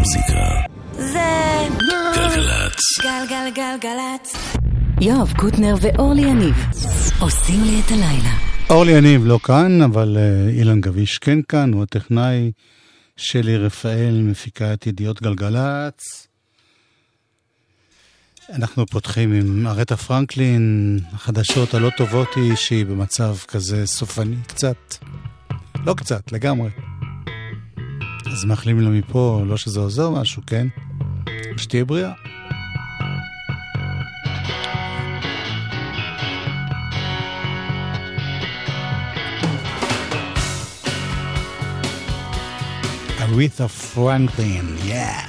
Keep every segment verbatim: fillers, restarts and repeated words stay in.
המוזיקה זה גלגלצ. גלגלגלגלצ. יואב קוטנר ואורלי יניב עושים לי את הלילה. אורלי יניב לא כאן, אבל uh, אילן גביש כן כאן, הוא הטכנאי. שלי רפאל מפיקה את ידיעות גלגלצ. אנחנו פותחים עם ארתה פרנקלין. החדשות הלא טובות היא שהיא במצב כזה סופני קצת, לא קצת, לגמרי. אז מאחלים לה מפה, לא שזה עוזר משהו, כן? שתהיה בריאה. Aretha Franklin, yeah.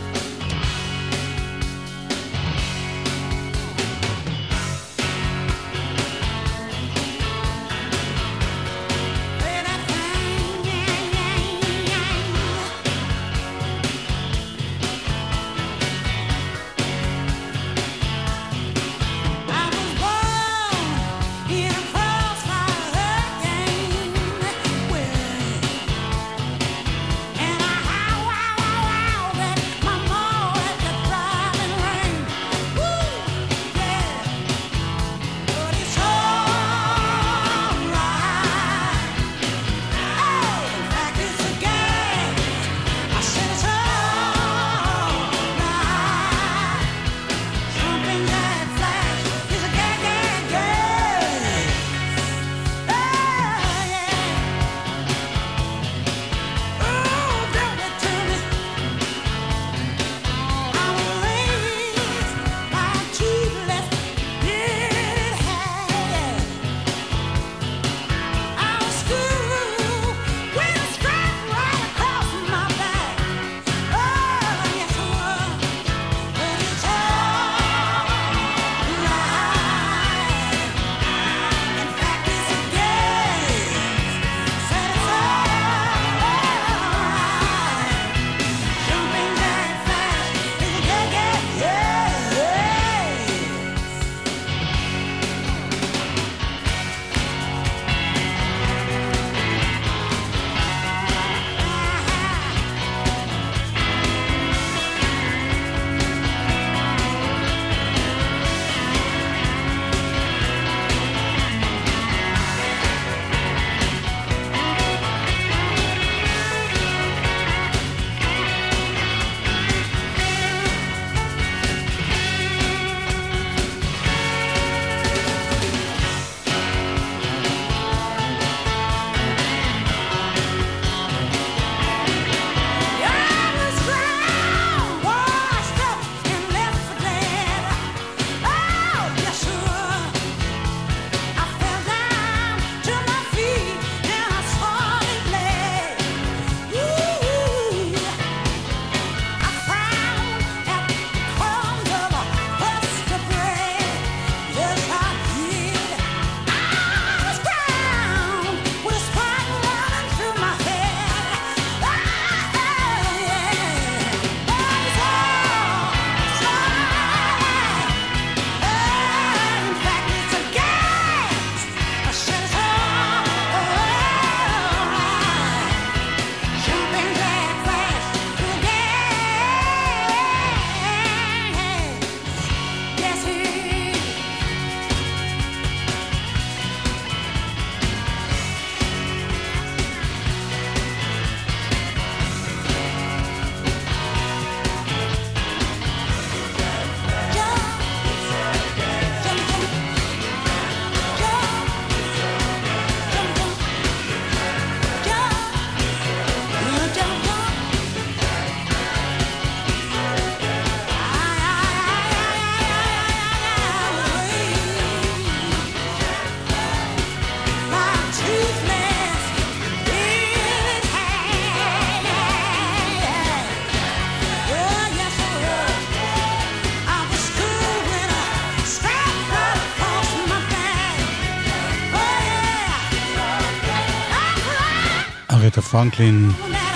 ארתה פרנקלין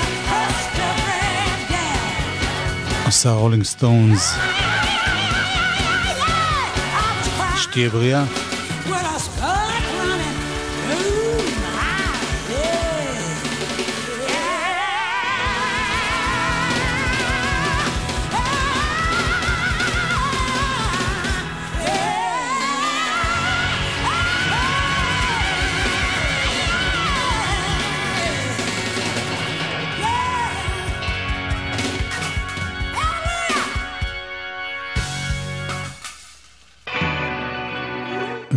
עושה רולינג סטונס. שתהיה בריאה.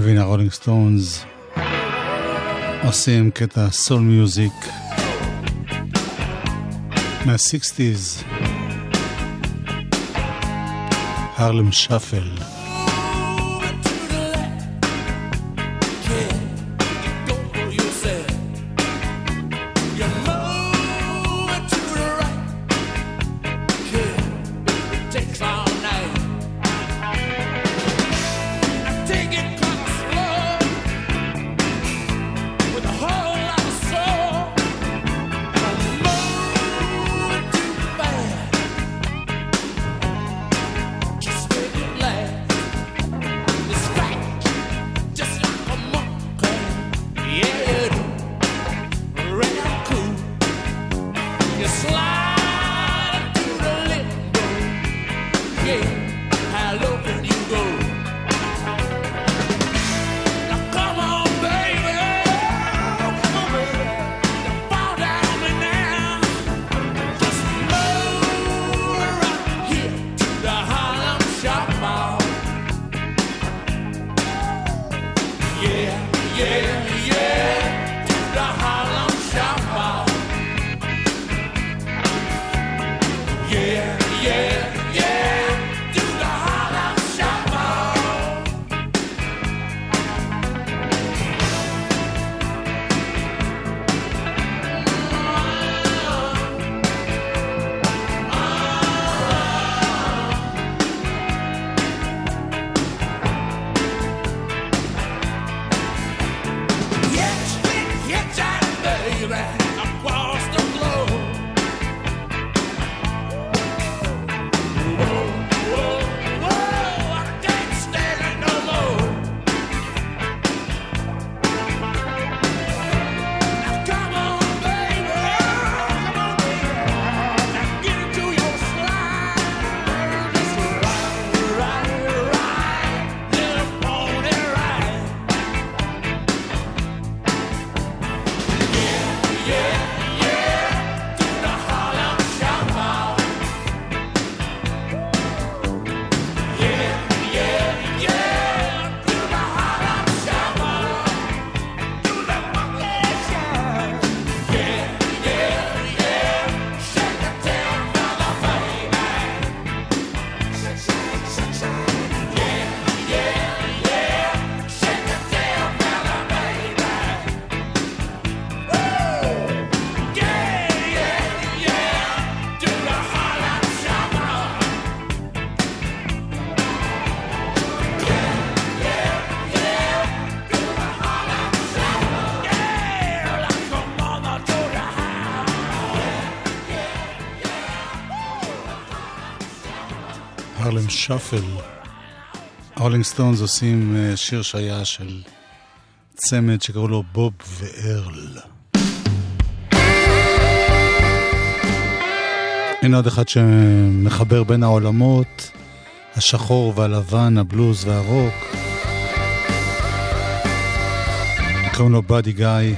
והנה הרולינג סטונס עושים קטע סול מיוזיק מה-סיקסטיז, הרלם שפל. הרלם שפל. הרולינג סטונס עושים שיר שהיה של צמד שקראו לו בוב וארל. הנה עוד אחד שמחבר בין העולמות, השחור והלבן, הבלוז והרוק. קראו לו באדי גאי.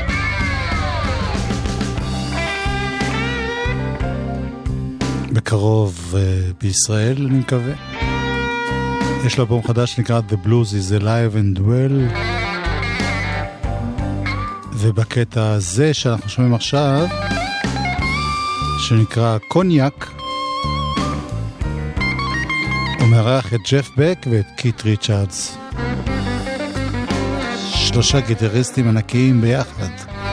בקרוב uh, בישראל, אני מקווה. יש לו אלבום חדש שנקרא The Blues is Alive and Well, ובקטע הזה שאנחנו שומעים עכשיו, שנקרא קוניאק, הוא מארח את ג'ף בק ואת קית' ריצ'רדס, שלושה גיטריסטים ענקיים ביחד.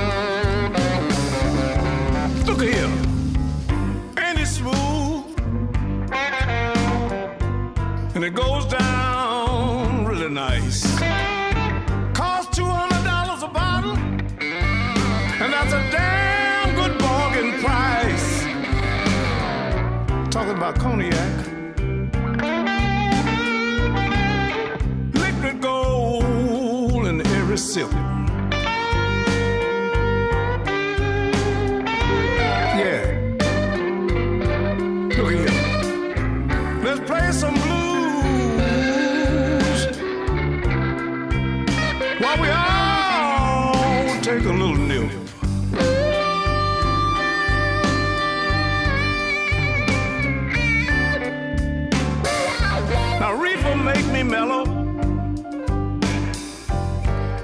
About cognac, liquid gold in every sip. Yeah, look at here. Let's play some blues while we all take a little nip. Make me mellow,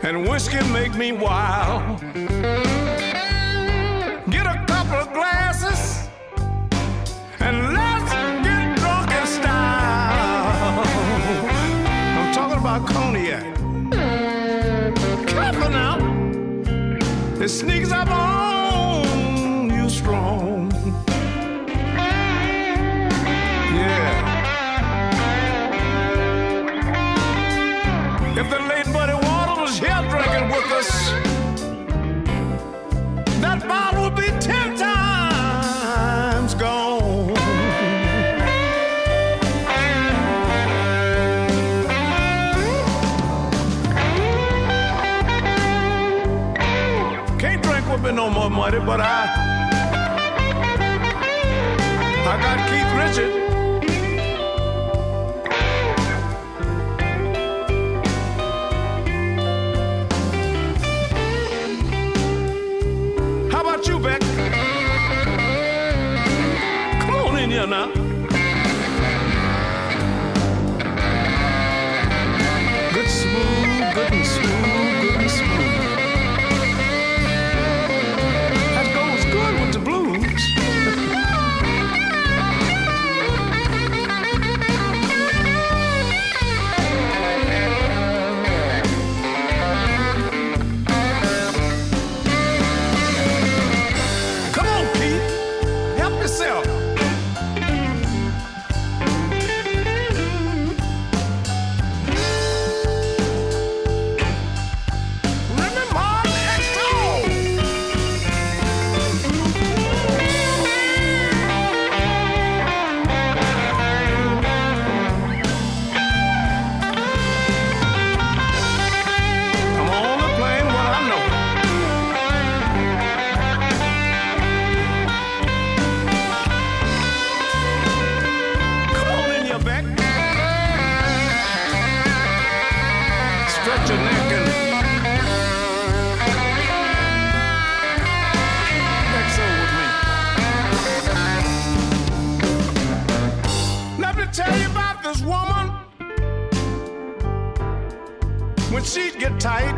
and whiskey make me wild. Get a couple of glasses and let's get drunk in style. I'm talking about cognac. Careful now, it sneaks up on you strong. Yeah. If the late Buddy Water was here drinking with us, that bottle would be ten times gone. Can't drink with me no more, Muddy, but I I got Keith Richards. You back. Come on in here now. Good smooth, good and smooth, good and smooth. That goes good with the blues. She'd get tight.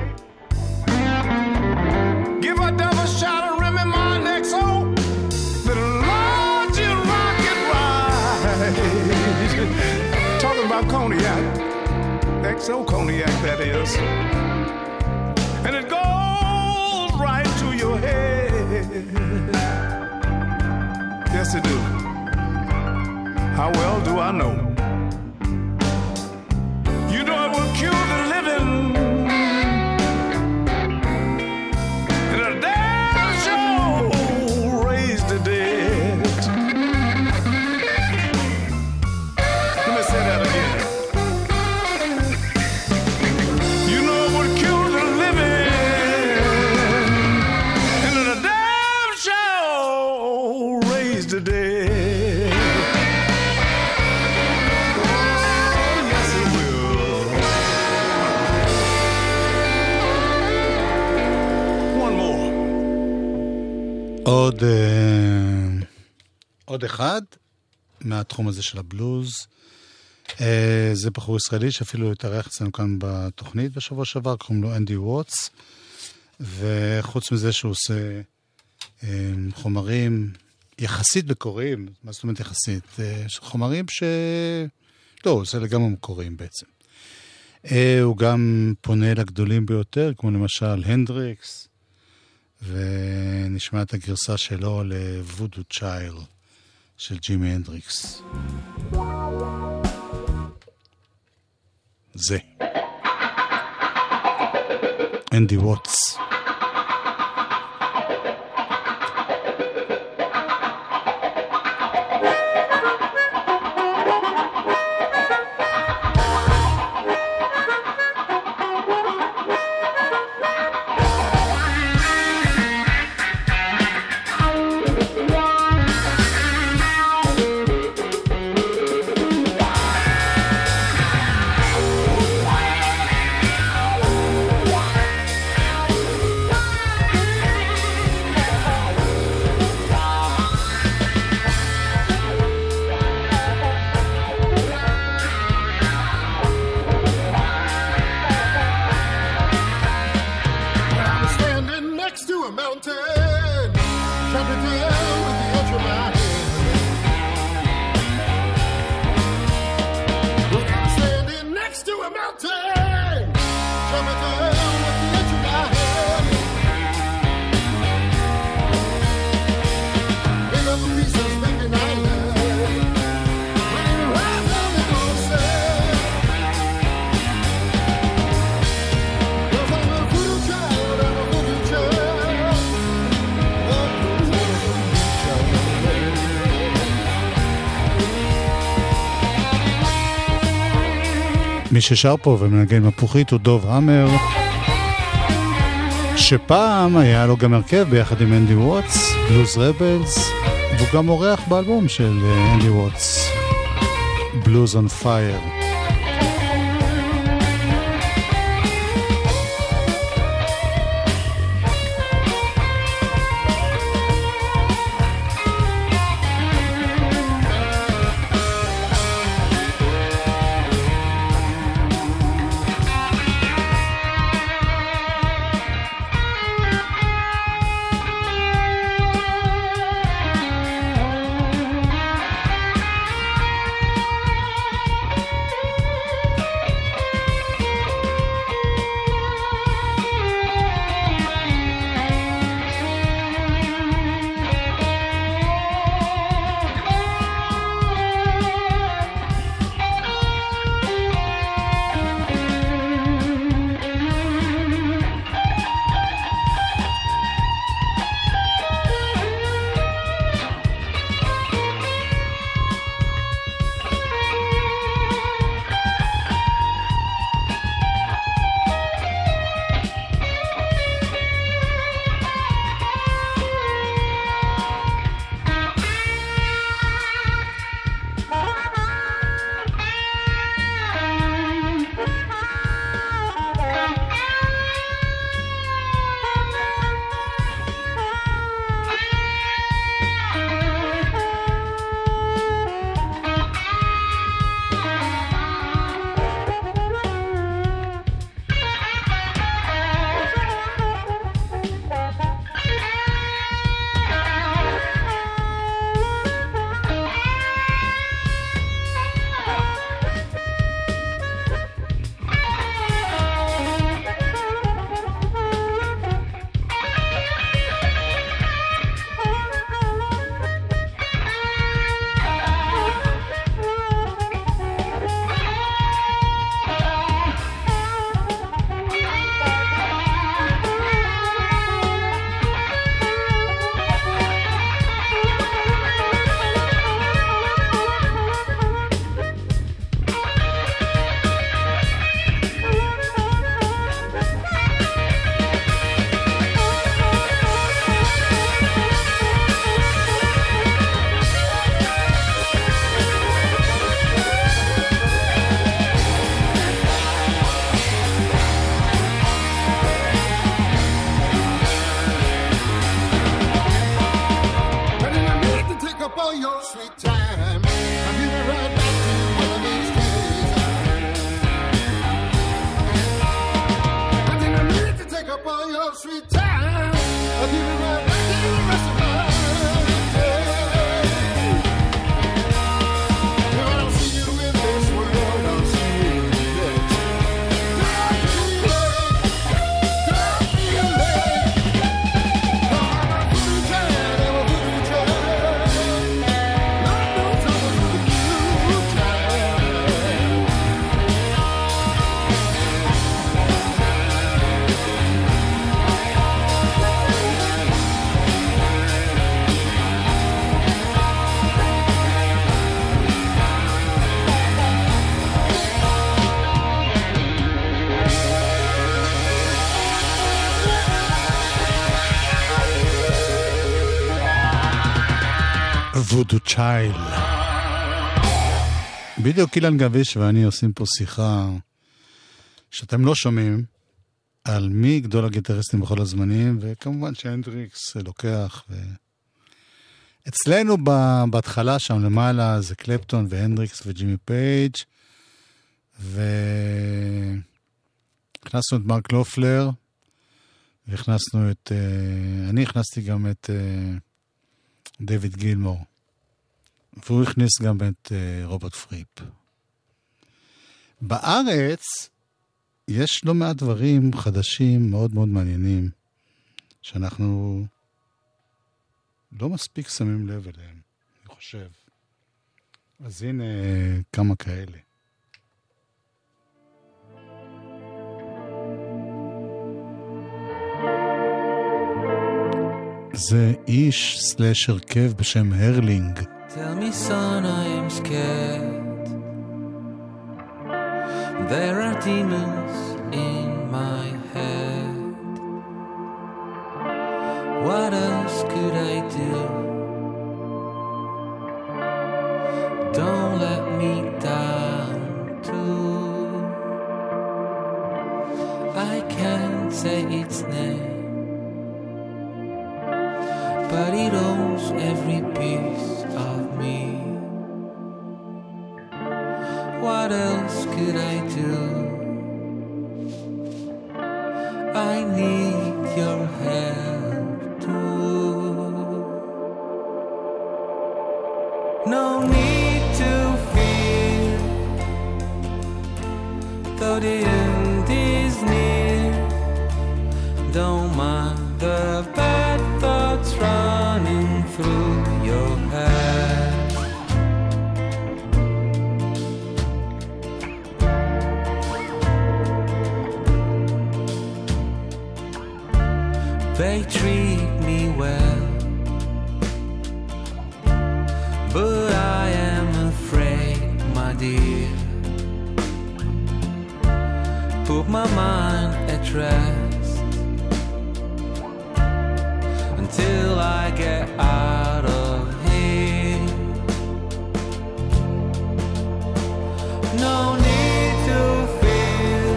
Give her double shot of Remy Martin X O. The Lord, you rock it right. Talking about cognac. X O cognac, that is. And it goes right to your head. Yes, it do. How well do I know? You know it will cure the living. עוד, עוד אחד מהתחום הזה של הבלוז. זה בחור ישראלי שאפילו התארח אצלנו כאן בתוכנית בשבוע שעבר, קוראים לו אנדי ווטס, וחוץ מזה שהוא עושה חומרים יחסית מקוריים, מה זאת אומרת יחסית? חומרים ש... לא, זה לגמרי מקוריים בעצם. הוא גם פונה לגדולים ביותר, כמו למשל הנדריקס, ונשמע את הגרסה שלו לוודו צ'ייל של ג'ימי הנדריקס. זה אנדי ווטס. מי ששר פה ומנגן מפוחית הוא דוב המר, שפעם היה לו גם הרכב ביחד עם אנדי ווטס, בלוז רבלס, והוא גם אורח באלבום של אנדי ווטס, בלוז און פייר. וודו צ'ייל. בדיוק אילן גביש ואני עושים פה שיחה שאתם לא שומעים על מי גדול הגיטריסטים בכל הזמנים, וכמובן שהנדריקס לוקח ו... אצלנו בהתחלה שם למעלה זה קלפטון והנדריקס וג'ימי פייג', והכנסנו את מרק לופלר, והכנסנו את, אני הכנסתי גם את דיוויד גילמור, והוא הכניס גם את רוברט פריפ. בארץ יש לא מעט דברים חדשים מאוד מאוד מעניינים שאנחנו לא מספיק שמים לב אליהם, אני חושב. אז הנה כמה כאלה. זה איש סלש הרכב בשם הרלינג. Tell me son I am scared There are demons in my head. What else could I do? Don't let me down too. I can't say its name, but it owns every piece of me. What else could I do? I need your help too. No need to fear, though the end is near. Don't mind the bad thoughts running through your head. They treat me well, but I am afraid, my dear. Put my mind at rest until I get out of here. No need to fear,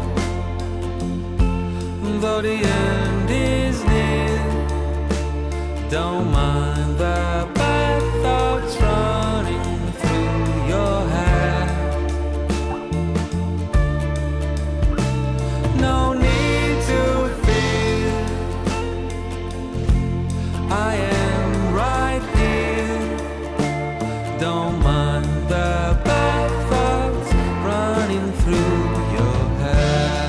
though the end is near. Don't mind the bad thoughts running through your head. No need to fear, I am right here. Don't mind the bad thoughts running through your head.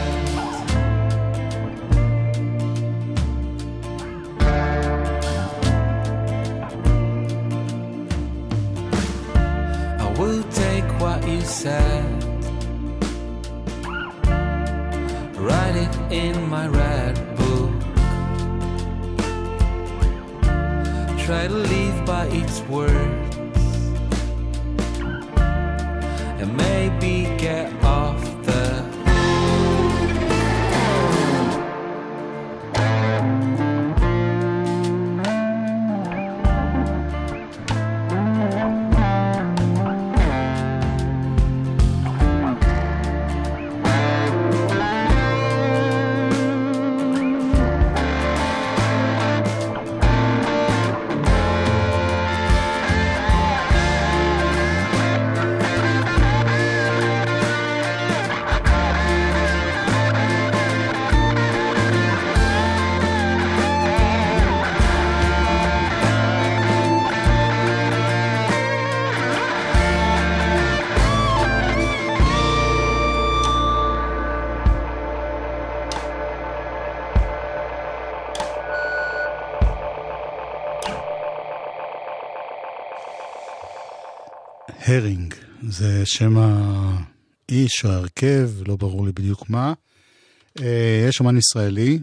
I will take what you said, write it in my red book, try to live by its words, and maybe get off the הרינג, זה שם האיש או ההרכב, לא ברור לי בדיוק מה. יש אמן ישראלי,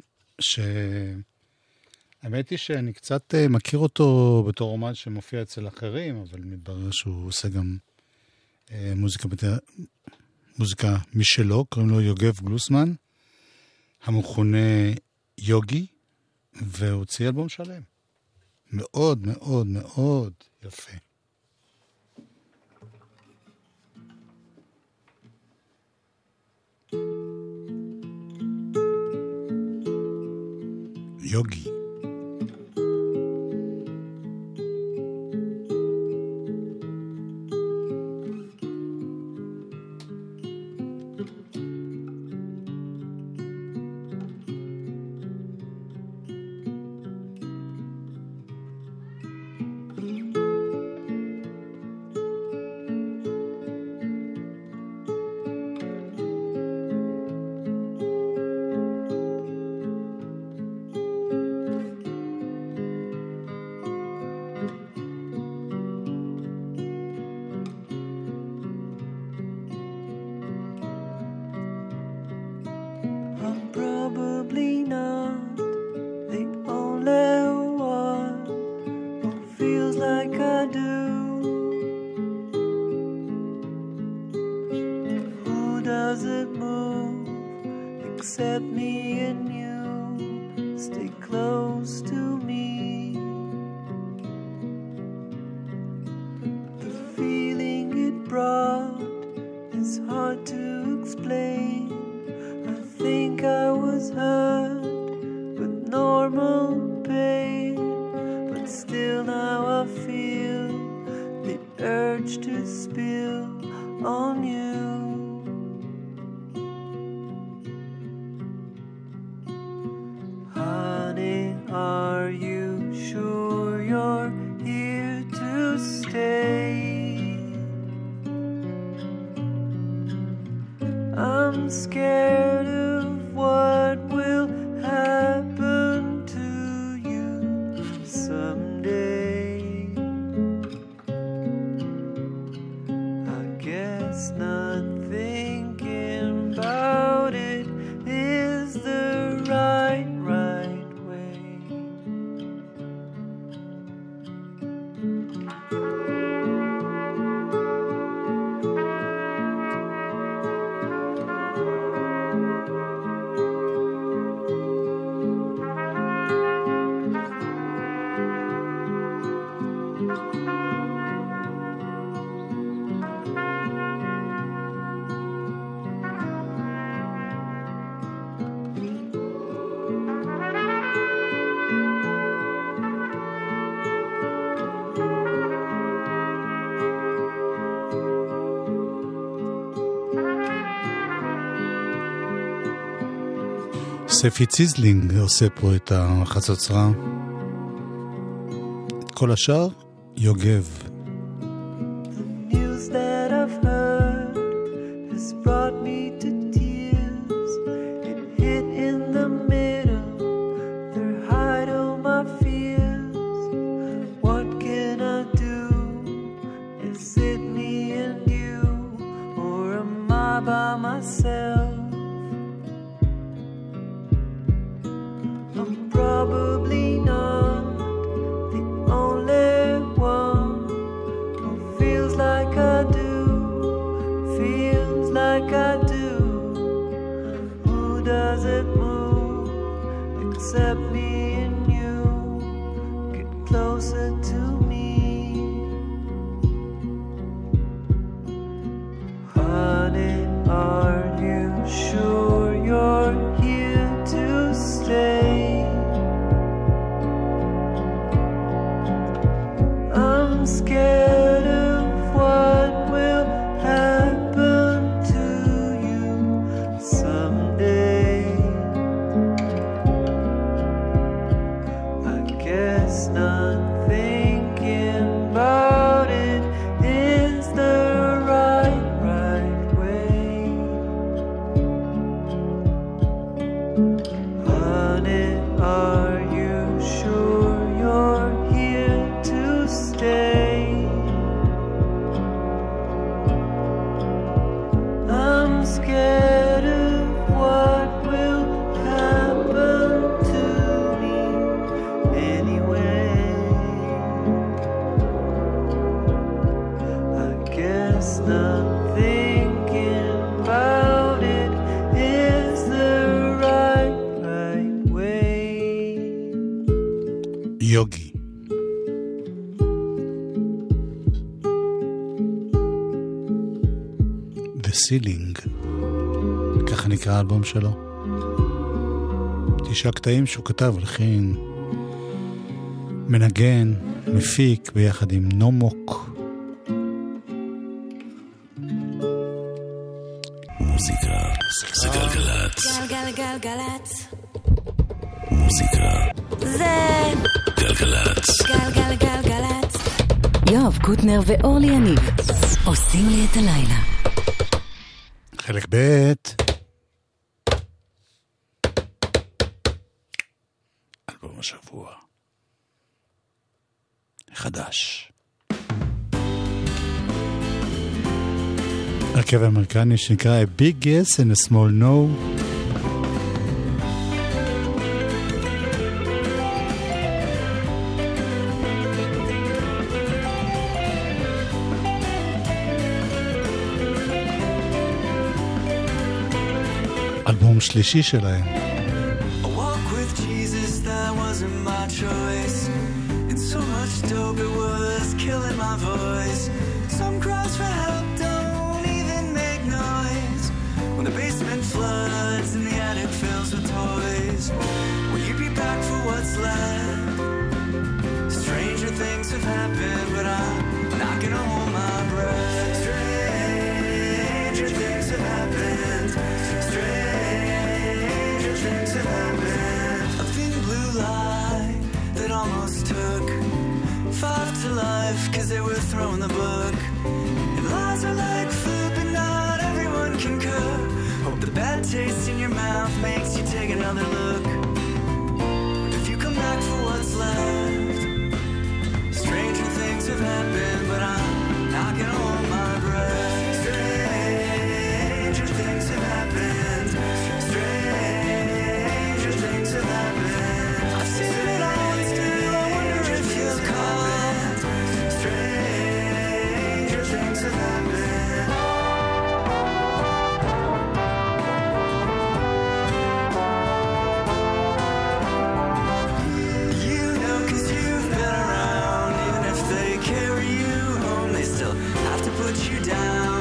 שהאמת היא שאני קצת מכיר אותו בתור אומן שמופיע אצל אחרים, אבל מתברר שהוא עושה גם מוזיקה, מוזיקה משלו, קוראים לו יוגב גלוסמן, המכונה יוגי, והוא הוציא אלבום שלם. מאוד מאוד מאוד יפה. יוגי. doesn't move except me and you. Stay close to me. The feeling it brought is hard to explain. I think I was hurt with normal pain, but still now I feel the urge to spill on you. Honey, are you sure you're here to stay? I'm scared of what will happen to you someday. I guess not thinking about it is the right, right way. ספי ציזלינג עושה פה את החצוצרה. את כל השאר יוגב. The news that I've heard has brought me to tears. It hit in the middle, they're hide all my fears. What can I do? Is it me and you, or am I by myself? I'm probably not the only one who feels like I do, feels like I do. Who doesn't move except me and you? Get closer to me. Honey, are you sure you're here to stay? I'm scared of what will happen to you someday. I guess not thinking about it is the right, right way. Honey, are you sure you're here to stay? I'm scared of what will happen to me anyway. I guess not thinking about it is the right, right way. יוגי. The Ceiling, ככה נקרא האלבום שלו. תשעה קטעים שהוא כתב, לכן מנגן, מפיק ביחד עם נומוק. מוזיקה זה גלגלצ. גלגלגלגלצ. מוזיקה זה גלגלצ. גלגלגלגלצ. יואב קוטנר ואורלי יניב עושים לי את הלילה. חלק ב' אלבום השבוע חדש. הרכב האמריקני שנקרא A Big Yes and a Small No. אלבום שלישי שלהם. A walk with Jesus, that wasn't my choice. And so much dope, it was killing my voice. Some cries for help don't even make noise. When the basement floods and the attic fills with toys, will you be back for what's left? Stranger things have happened, but I'm not gonna hold my breath. Stranger things have happened. Stranger things have happened. A thin blue line that almost took five to life, cause they were throwing the book. And lies are like food, but not everyone can cook. Hope the bad taste in your mouth makes you take another look. If you come back for what's left, stranger things have happened, but I'm not gonna hold my breath. Stranger things have happened. Stranger things have happened. I've seen it all and still I wonder if you'll call. Stranger things have happened. You know, cause you've been around. Even if they carry you home, they still have to put you down.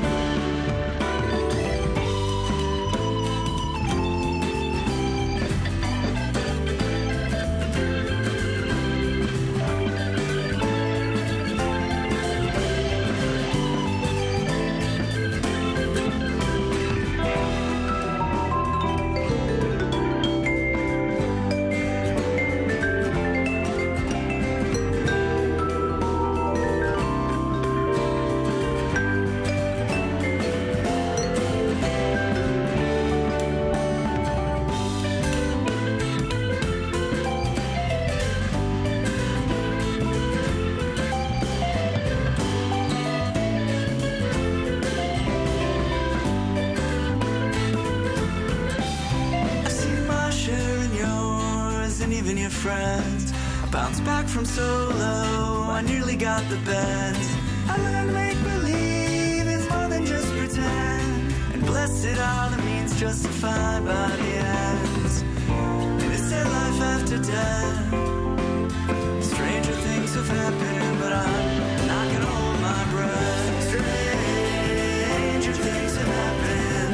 I've seen my share and yours and even your friends. I bounced back from so low, I nearly got the bends. I learned make believe is more than just pretend. And blessed are the means justified by the ends. And it's said life after death. Stranger things have happened, but I'm not gonna hold my breath. Stranger things have happened.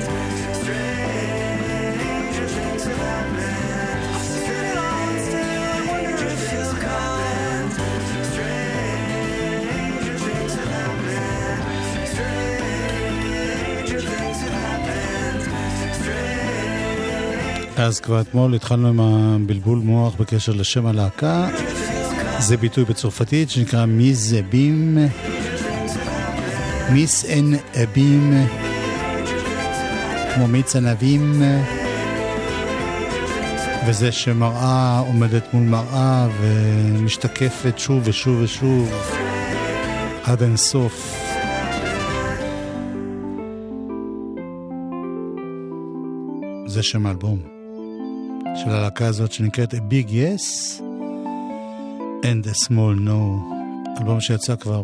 Stranger things have happened. I've seen it all and still I wonder if you'll call. Stranger things have happened. Stranger things have happened. Stranger. אז כבר אתמול התחלנו עם הבלבול מוח בקשר לשם הלהקה. זה ביטוי בצרפתית שנקרא מיס אבים, מיס אין אבים, כמו מיץ ענבים, וזה שמראה עומדת מול מראה ומשתקפת שוב ושוב ושוב עד אין סוף. זה שם האלבום של הלהקה הזאת שנקראת A Big Yes and a Small No, אלבום שיצא כבר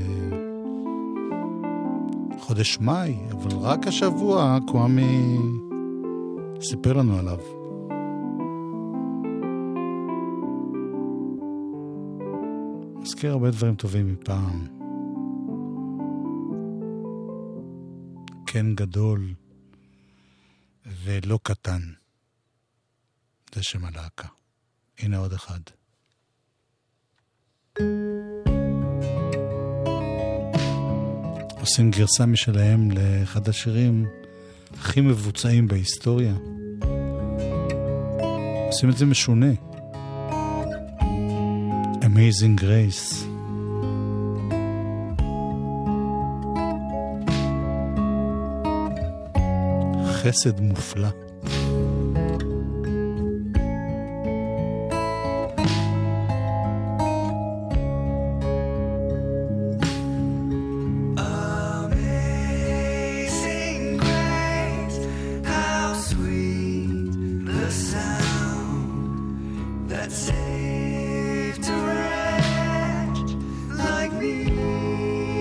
בחודש מאי, אבל רק השבוע קוואמי סיפר לנו עליו. מזכיר הרבה דברים טובים מפעם. כן גדול ולא קטן, זה שם הלהקה. הנה עוד אחד. עושים גרסה משלהם לאחד השירים הכי מבוצעים בהיסטוריה. עושים את זה משונה. Amazing Grace. חסד מופלא.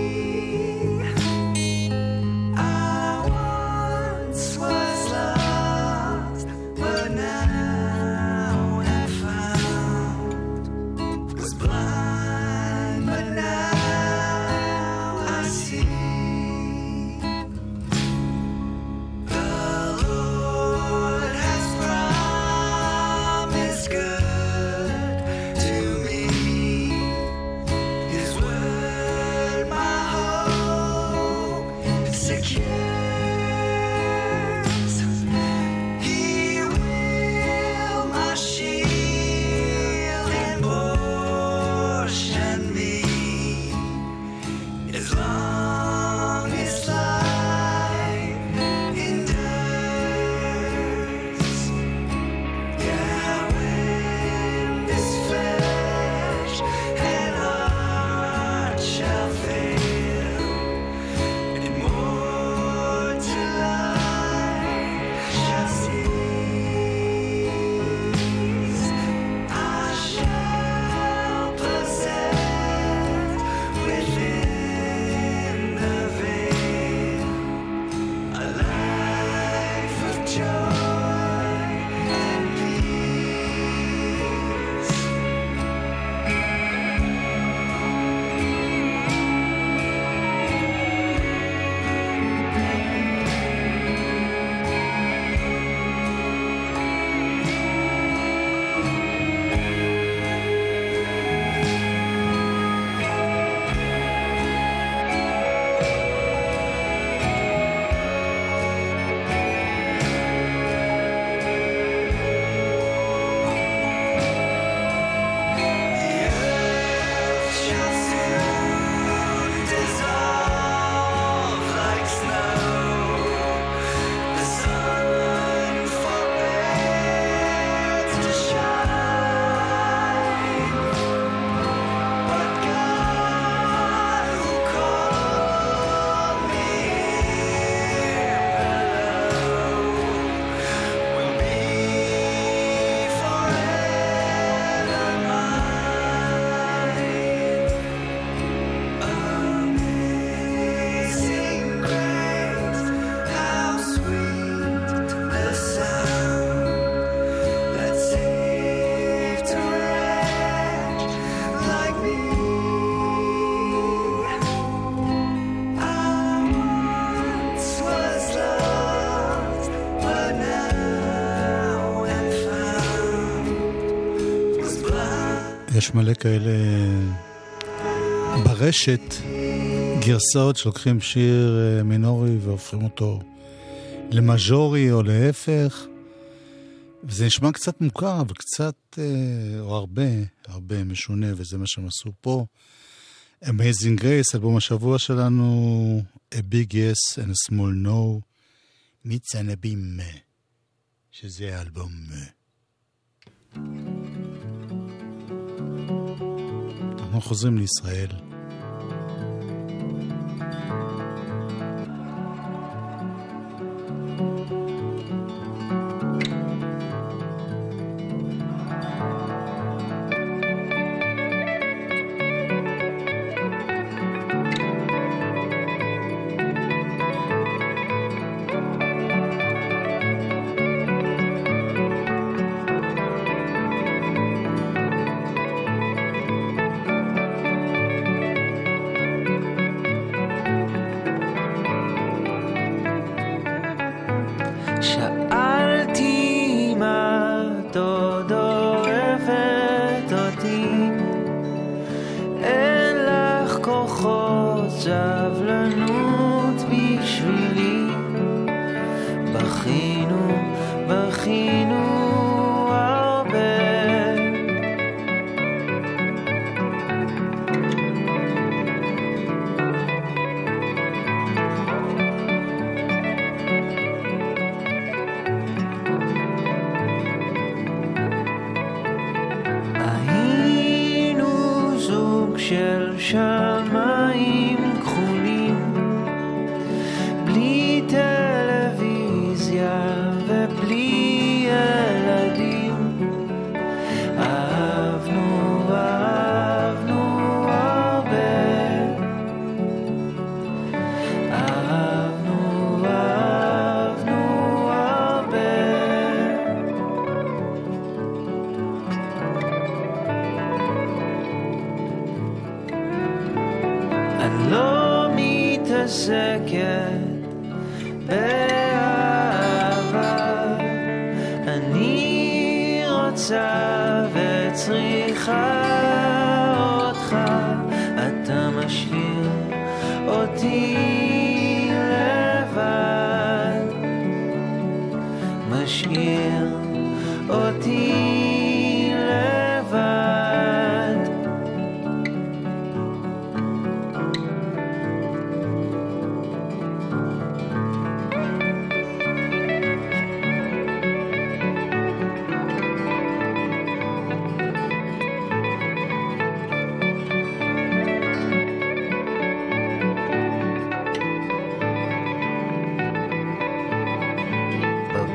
I once was loved. secures. He will my shield and portion me, as long as life endures. Yeah, when this flesh and heart shall fail, and mortal life shall cease, I shall possess within the veil a life of joy and peace. The earth shall soon dissolve like snow. The sun forbids to shine, but God who called me below will be forever mine. Amazing grace, how sweet the sound that saved a wretch like me. I once was lost, but now am found. Was blind. יש מלא כאלה ברשת, גרסאות שלוקחים שיר אה, מינורי והופכים אותו למז'ורי או להפך, וזה נשמע קצת מוכר וקצת, אה, או הרבה, הרבה משונה, וזה מה שהם עשו פה. Amazing Grace, אלבום השבוע שלנו, A Big Yes and a Small No, מצנבים, שזה אלבום. אנחנו חוזרים לישראל. שאלתי מה את עוד אוהבת אותי, אין לך כוחות סבלנות בשבילי. בכינו, בכינו הרבה, היינו זוג של שמיים כחולים, בלי טלוויזיה ובלי ילדים. אהבנו, אהבנו הרבה, אהבנו, אהבנו הרבה. אני לא מתעסקת באהבה, אני רוצה וצריכה אותך, אתה משאיר אותי לבד.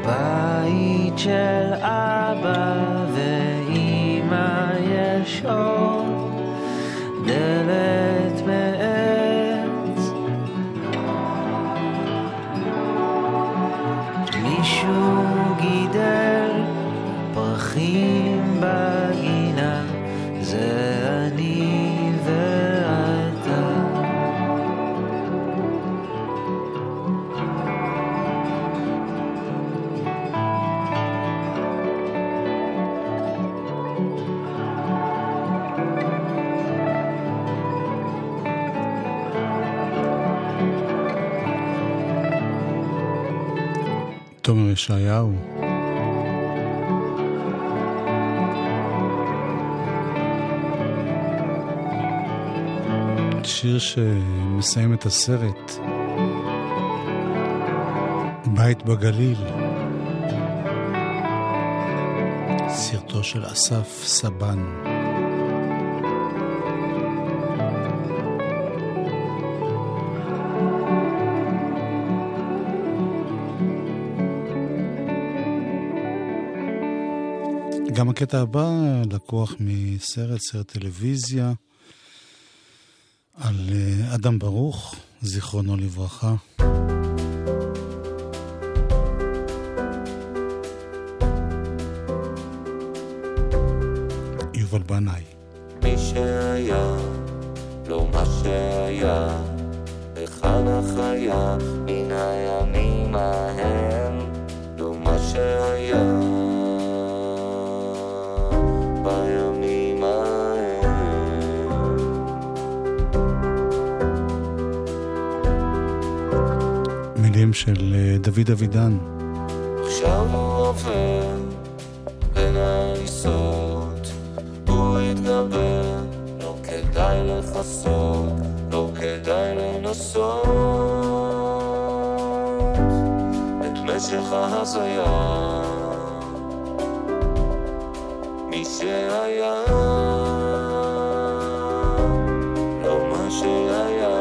בית של אבא ואמא יש אור, דלת מעץ, מישהו גידל פרחים בגינה, זה אני ואתה. תומר ישעיהו. שיר שמסיים את הסרט בית בגליל, סרטו של אסף סבן. גם הקטע הבא לקוח מסרט, סרט טלוויזיה על אדם ברוך, זיכרונו לברכה. יובל בנאי. מי שהיה, לא מה שהיה, היכן החיה, מן הימים ההם, לא מה שהיה. מילים של דוד אבידן. עכשיו הוא עובר בין ההריסות, הוא יתגבר, לא כדאי לחסות, לא כדאי לנסות את משך ההזיה. מי שהיה, לא מה שהיה.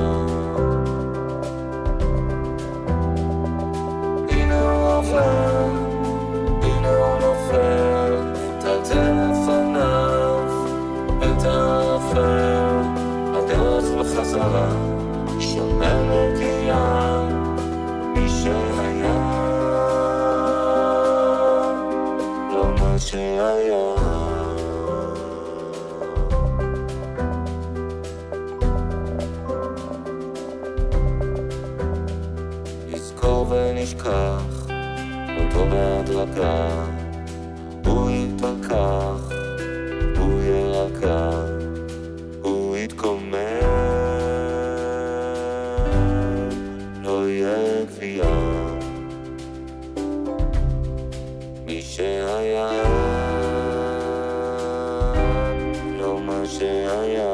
הנה הוא נופל, תלתל לפניו את האפל, הדרך בחזרה שומר נקייה. מי שהיה, לא מה שהיה. יזכור ונשכח אותו בהדרגה, הוא יתפכח, הוא ירקע, הוא יתקומם, לא יהיה גבייה. מי שהיה, לא מה שהיה.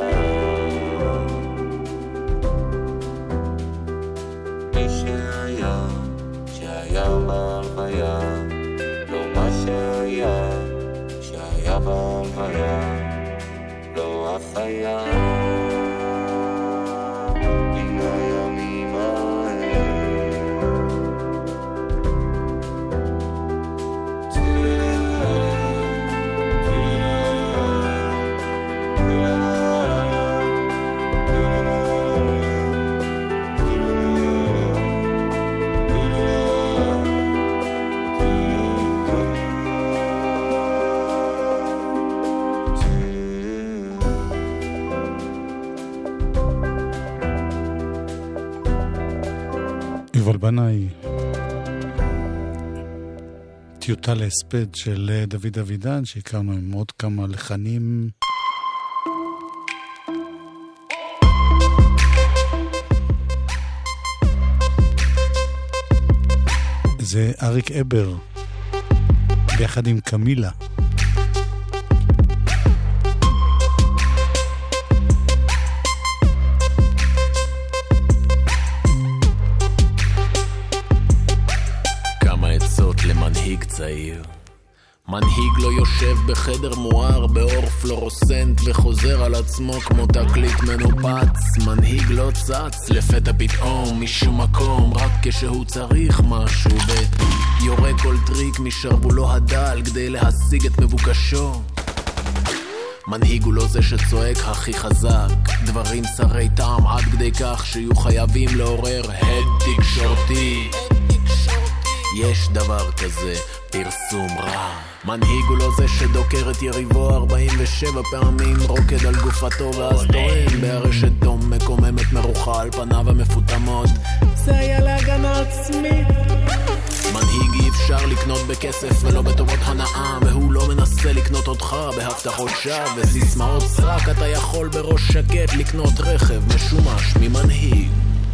מי שהיה, שהיה בהלוויה, לא מה שהיה, שהיה בהלוויה, לא החיה. מן הימים ההם, יובל בנאי, טיוטה להספד של דוד אבידן שהכרנו עם עוד כמה לחנים. זה אריק אבר ביחד עם קמילה. כמה עצות למנהיג צעיר, מנהיג לא יושב בחדר מואר באור פלורוסנט וחוזר על עצמו כמו תקליט מנופץ. מנהיג לא צץ לפתע פתאום משום מקום, רק כשהוא צריך משהו ויורה כל טריק משרבולו הדל כדי להשיג את מבוקשו. מנהיג הוא לא זה שצועק הכי חזק דברים שרי טעם עד כדי כך שיהיו חייבים לעורר הד תקשורתי. יש דבר כזה, פרסום רע. מנהיג הוא לא זה שדוקר את יריבו ארבעים ושבע פעמים, רוקד על גופתו ואז טוען בהרשת דום מקוממת מרוחה על פניו המפותמות, זה היה להגנה עצמית. מנהיג אי אפשר לקנות בכסף ולא בטובות הנאה, והוא לא מנסה לקנות אותך בהבטחות שווא וסיסמאות סרק. אתה יכול בראש שקט לקנות רכב משומש ממנהיג.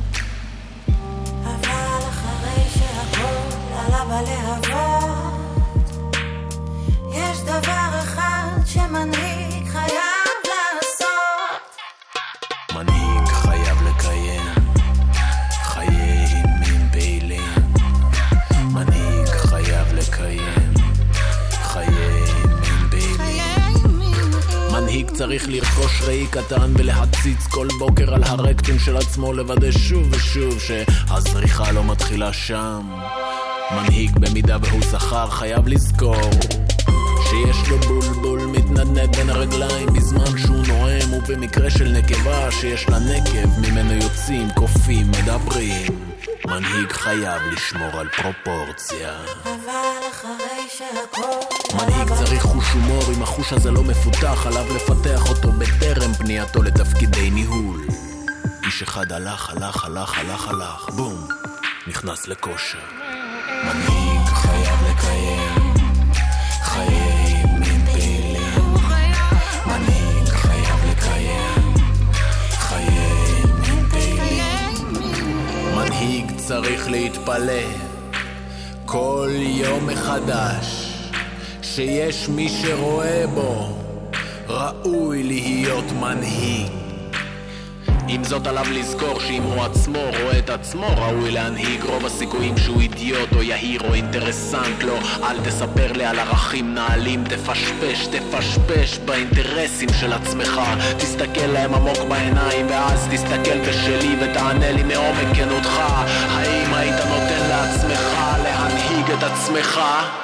אבל אחרי שהכל עלה בלהבות, יש דבר אחד שמנהיג חייב לעשות. מנהיג חייב לקיים חיי מין פעילים. מנהיג חייב לקיים חיי מין פעילים. מנהיג צריך לרכוש ראי קטן ולהציץ כל בוקר על הרקטום של עצמו, לוודא שוב ושוב שהזריחה לא מתחילה שם. מנהיג במידה והוא שכר חייב לזכור שיש לו בולבול מתנדנד בין הרגליים בזמן שהוא נואם, ובמקרה של נקבה שיש לה נקב ממנו יוצאים קופים מדברים. מנהיג חייב לשמור על פרופורציה. אבל אחרי שהכל מנהיג צריך חוש הומור, אם החוש הזה לא מפותח עליו לפתח אותו בטרם פנייתו לתפקידי ניהול. איש אחד הלך הלך הלך הלך הלך בום, נכנס לכושר. מנהיג חייב לקיים חיי מין פעילים. מנהיג חייב לקיים חיי מין פעילים. מנהיג צריך להתפלא כל יום מחדש שיש מי שרואה בו ראוי להיות מנהיג. עם זאת עליו לזכור שאם הוא עצמו רואה את עצמו ראוי להנהיג, רוב הסיכויים שהוא אידיוט או יהיר או אינטרסנט לא. אל תספר לי על ערכים נעלים, תפשפש, תפשפש באינטרסים של עצמך. תסתכל להם עמוק בעיניים ואז תסתכל בשלי ותענה לי מעומק כנותך, האם היית נותן לעצמך להנהיג את עצמך?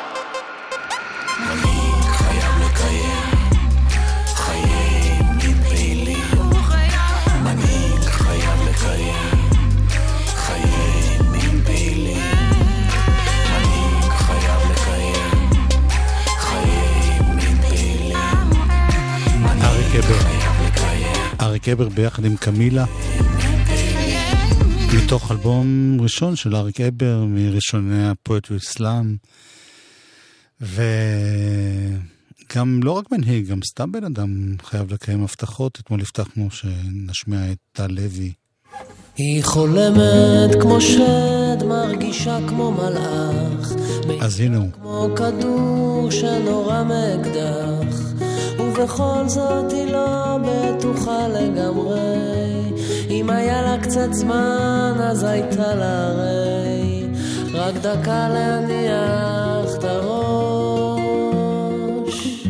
מנהיג חייב לקיים חיי מין פעילים. מנהיג חייב לקיים חיי מין פעילים. מנהיג חייב לקיים חיי מין פעילים. אריק אבר. אריק אבר ביחד עם קמילה, מתוך אלבום ראשון של אריק אבר, מראשוני הפואטרי סלאם. וגם לא רק מנהיג, גם סתם בן אדם חייב לקיים הבטחות. אתמול הבטחנו שנשמיע את טל לוי. היא חולמת כמו שד, מרגישה כמו מלאך, אז הנה הוא. כמו כדור שנורא מאקדח, ובכל זאת היא לא בטוחה לגמרי. אם היה לה קצת זמן אז הייתה לה הרי רק דקה להניח את הראש.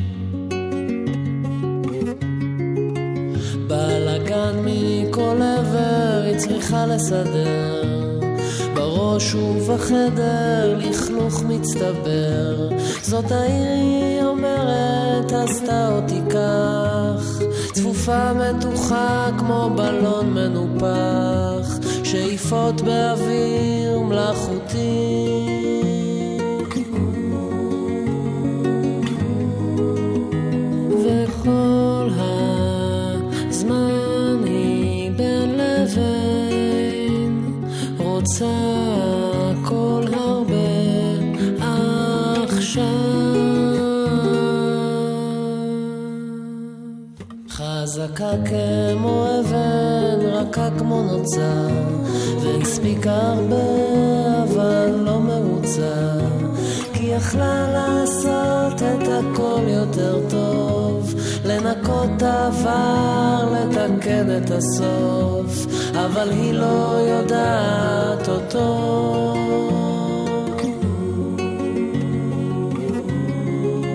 בלגן מכל עבר היא צריכה לסדר, בראש ובחדר לכלוך מצטבר. זאת העיר היא אומרת עשתה אותי כך, צפופה מתוחה כמו בלון מנופח, שאיפות באוויר מלאכותי. וכל הזמן היא בין לבין רוצה כל הרבה עכשיו. חזקה כמו אבן, רכה כמו נוצה, והספיקה הרבה אבל לא מרוצה, כי יכלה לעשות את הכל יותר טוב, לנקות העבר, לתקן את הסוף, אבל היא לא יודעת אותו.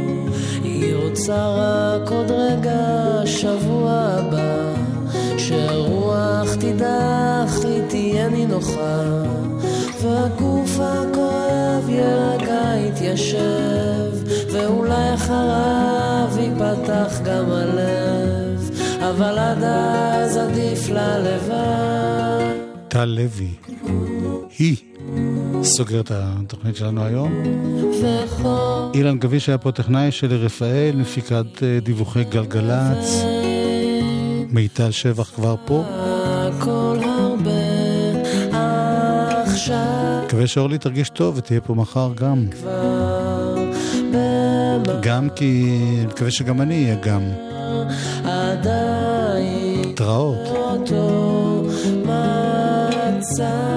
בתוכה, והגוף הכואב ירגע יתיישב, ואולי אחריו ייפתח גם הלב, אבל עד אז עדיף ללבד. טל לוי, היא סוגר את התוכנית שלנו היום. וכל... אילן גביש היה פה טכנאי של רפאל, מפיקת דיווחי גלגלץ. מיטל שבח כבר פה. הכל הרבה עכשיו. מקווה שאורלי תרגיש טוב ותהיה פה מחר גם. כבר גם כי מקווה שגם אני אהיה גם. עדיין תראות. אותו מצא